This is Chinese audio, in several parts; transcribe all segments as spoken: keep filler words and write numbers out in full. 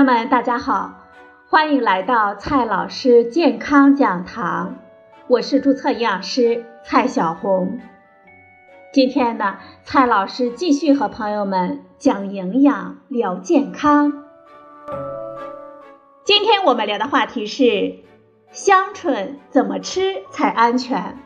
们大家好，欢迎来到蔡老师健康讲堂，我是注册营养师蔡小红。今天呢，蔡老师继续和朋友们讲营养聊健康。今天我们聊的话题是香椿怎么吃才安全。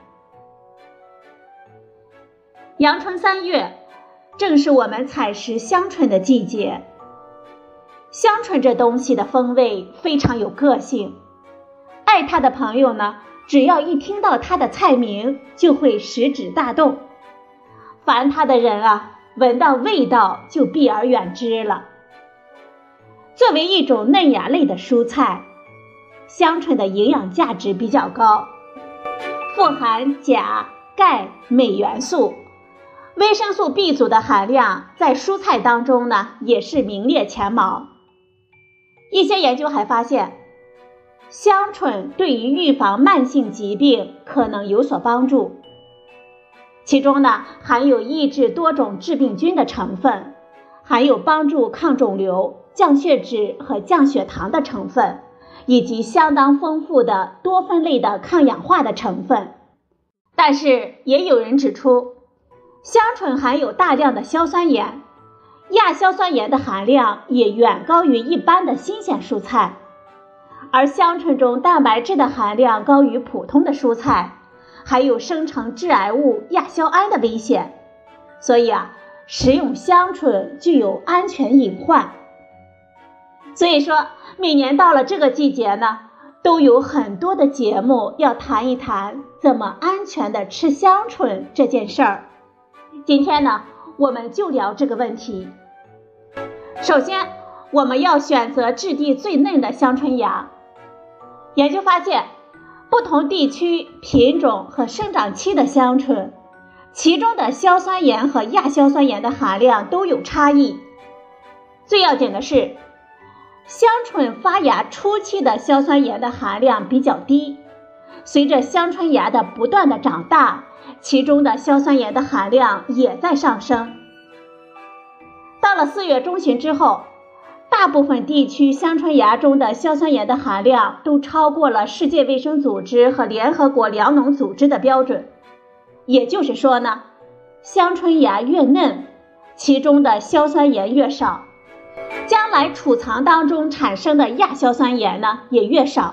阳春三月正是我们采食香椿的季节。香椿这东西的风味非常有个性，爱它的朋友呢，只要一听到它的菜名就会食指大动，烦它的人啊，闻到味道就避而远之了。作为一种嫩芽类的蔬菜，香椿的营养价值比较高，富含钾、钙、镁元素，维生素 B 族的含量在蔬菜当中呢也是名列前茅。一些研究还发现，香椿对于预防慢性疾病可能有所帮助，其中呢含有抑制多种致病菌的成分，含有帮助抗肿瘤、降血脂和降血糖的成分，以及相当丰富的多酚类的抗氧化的成分。但是也有人指出，香椿含有大量的硝酸盐，亚硝酸盐的含量也远高于一般的新鲜蔬菜，而香椿中蛋白质的含量高于普通的蔬菜，还有生成致癌物亚硝胺的危险，所以啊，食用香椿具有安全隐患。所以说，每年到了这个季节呢，都有很多的节目要谈一谈怎么安全的吃香椿这件事儿。今天呢，我们就聊这个问题。首先，我们要选择质地最嫩的香椿芽。研究发现，不同地区、品种和生长期的香椿，其中的硝酸盐和亚硝酸盐的含量都有差异。最要紧的是，香椿发芽初期的硝酸盐的含量比较低，随着香椿芽的不断的长大，其中的硝酸盐的含量也在上升。到了四月中旬之后，大部分地区香椿芽中的硝酸盐的含量都超过了世界卫生组织和联合国粮农组织的标准。也就是说呢，香椿芽越嫩，其中的硝酸盐越少，将来储藏当中产生的亚硝酸盐呢也越少。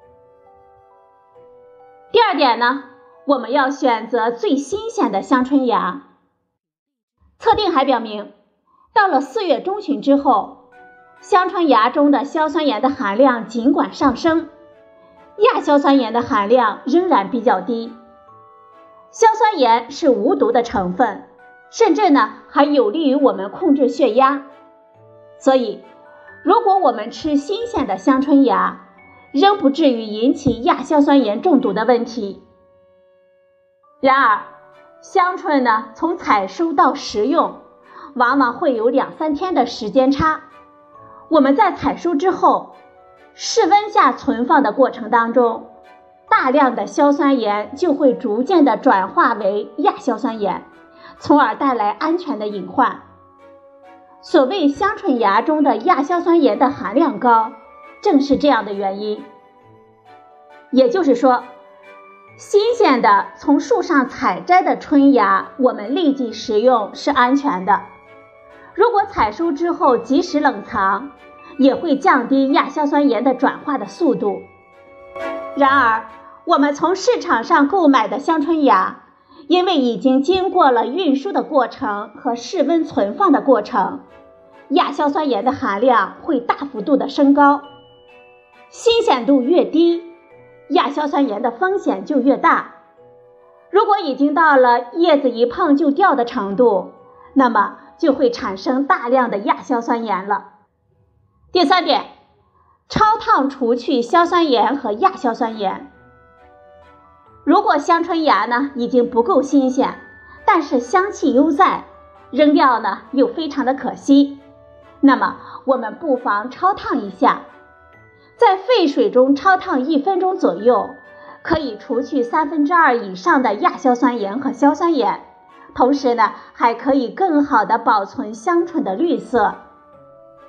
第二点呢，我们要选择最新鲜的香椿芽。测定还表明，到了四月中旬之后，香椿芽中的硝酸盐的含量尽管上升，亚硝酸盐的含量仍然比较低。硝酸盐是无毒的成分，甚至呢还有利于我们控制血压。所以，如果我们吃新鲜的香椿芽，仍不至于引起亚硝酸盐中毒的问题。然而，香椿呢，从采收到食用，往往会有两三天的时间差。我们在采收之后，室温下存放的过程当中，大量的硝酸盐就会逐渐的转化为亚硝酸盐，从而带来安全的隐患。所谓香椿芽中的亚硝酸盐的含量高，正是这样的原因。也就是说，新鲜的从树上采摘的椿芽，我们立即食用是安全的。如果采收之后及时冷藏，也会降低亚硝酸盐的转化的速度。然而，我们从市场上购买的香椿芽，因为已经经过了运输的过程和室温存放的过程，亚硝酸盐的含量会大幅度的升高。新鲜度越低，亚硝酸盐的风险就越大。如果已经到了叶子一碰就掉的程度，那么就会产生大量的亚硝酸盐了。第三点，焯烫除去硝酸盐和亚硝酸盐。如果香椿芽呢已经不够新鲜，但是香气犹在，扔掉呢又非常的可惜，那么我们不妨焯烫一下，在沸水中焯烫一分钟左右，可以除去三分之二以上的亚硝酸盐和硝酸盐，同时呢还可以更好的保存香椿的绿色。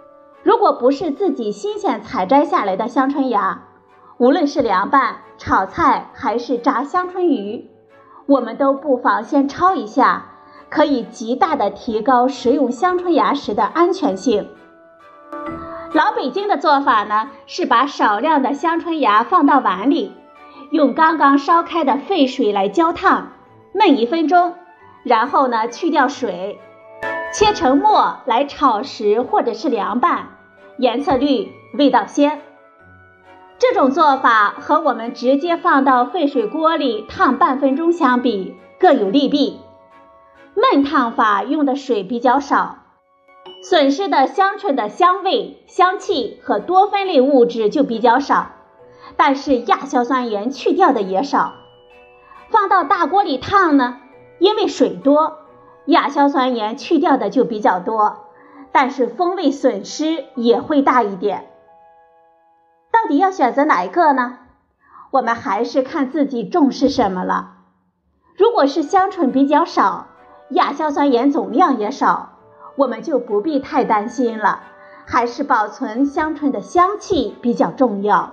如果不是自己新鲜采摘下来的香椿芽，无论是凉拌、炒菜还是炸香椿鱼，我们都不妨先焯一下，可以极大的提高食用香椿芽时的安全性。老北京的做法呢，是把少量的香椿芽放到碗里，用刚刚烧开的沸水来浇烫，焖一分钟，然后呢去掉水，切成末来炒食或者是凉拌，颜色绿，味道鲜。这种做法和我们直接放到沸水锅里烫半分钟相比，各有利弊。焖烫法用的水比较少，损失的香椿的香味、香气和多酚类物质就比较少，但是亚硝酸盐去掉的也少。放到大锅里烫呢，因为水多，亚硝酸盐去掉的就比较多，但是风味损失也会大一点。到底要选择哪一个呢？我们还是看自己重视什么了。如果是香椿比较少，亚硝酸盐总量也少，我们就不必太担心了，还是保存香椿的香气比较重要。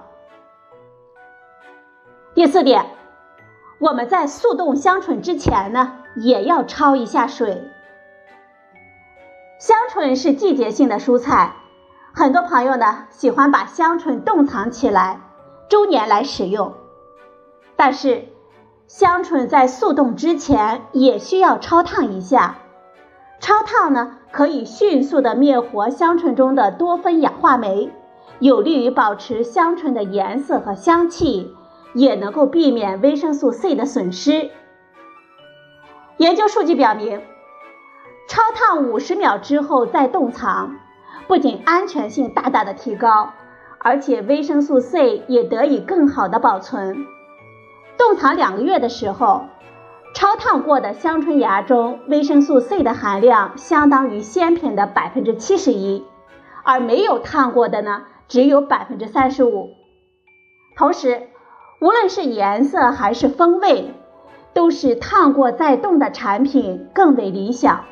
第四点，我们在速冻香椿之前呢，也要焯一下水。香椿是季节性的蔬菜，很多朋友呢喜欢把香椿冻藏起来，周年来使用。但是香椿在速冻之前也需要焯烫一下，焯烫呢可以迅速的灭活香椿中的多酚氧化酶，有利于保持香椿的颜色和香气，也能够避免维生素 C 的损失。研究数据表明，焯烫五十秒之后再冻藏，不仅安全性大大的提高，而且维生素 C 也得以更好的保存。冻藏两个月的时候，焯烫过的香椿芽中维生素 C 的含量相当于鲜品的 百分之七十一， 而没有烫过的呢只有 百分之三十五。 同时无论是颜色还是风味，都是烫过再冻的产品更为理想。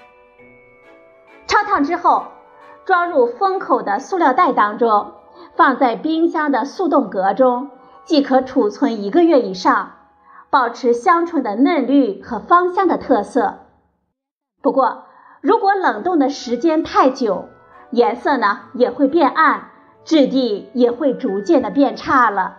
焯烫之后，装入封口的塑料袋当中，放在冰箱的速冻格中，即可储存一个月以上，保持香椿的嫩绿和芳香的特色。不过如果冷冻的时间太久，颜色呢也会变暗，质地也会逐渐的变差了。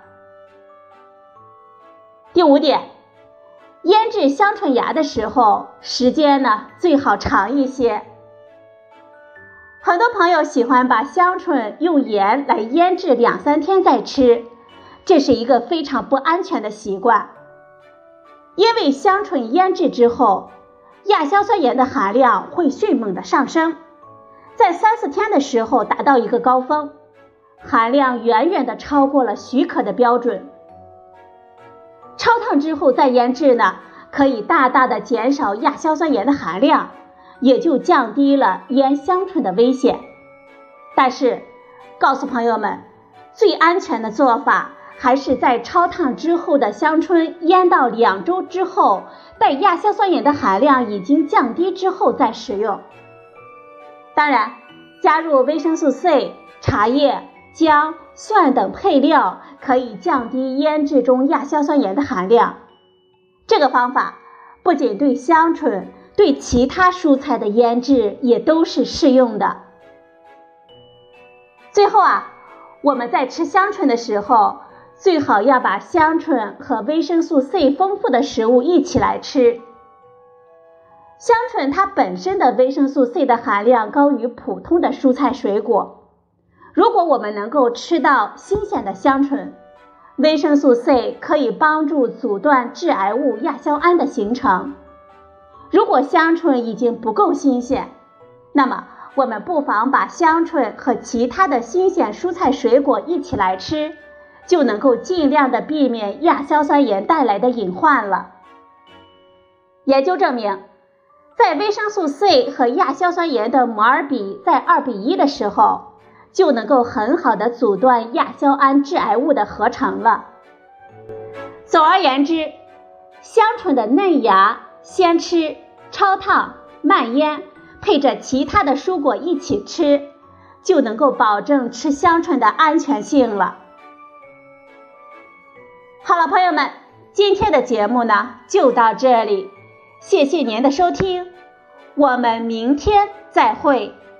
第五点，腌制香椿芽的时候，时间呢最好长一些。很多朋友喜欢把香椿用盐来腌制两三天再吃，这是一个非常不安全的习惯。因为香椿腌制之后，亚硝酸盐的含量会迅猛的上升，在三四天的时候达到一个高峰，含量远远的超过了许可的标准。焯烫之后再腌制呢，可以大大的减少亚硝酸盐的含量，也就降低了腌香椿的危险。但是告诉朋友们，最安全的做法还是在焯烫之后的香椿腌到两周之后，待亚硝酸盐的含量已经降低之后再食用。当然，加入维生素 C、茶叶、姜、蒜等配料，可以降低腌制中亚硝酸盐的含量。这个方法不仅对香椿，对其他蔬菜的腌制也都是适用的。最后啊，我们在吃香椿的时候，最好要把香椿和维生素 C 丰富的食物一起来吃。香椿它本身的维生素 C 的含量高于普通的蔬菜水果，如果我们能够吃到新鲜的香椿，维生素 C 可以帮助阻断致癌物亚硝胺的形成。如果香椿已经不够新鲜，那么我们不妨把香椿和其他的新鲜蔬菜水果一起来吃，就能够尽量的避免亚硝酸盐带来的隐患了。研究证明，在维生素 C 和亚硝酸盐的摩尔比在二比一的时候，就能够很好的阻断亚硝胺致癌物的合成了。总而言之，香椿的嫩芽先吃、焯烫、慢腌，配着其他的蔬果一起吃， 就能够保证吃香椿的安全性了。好了，朋友们，今天的节目呢就到这里，谢谢您的收听，我们明天再会。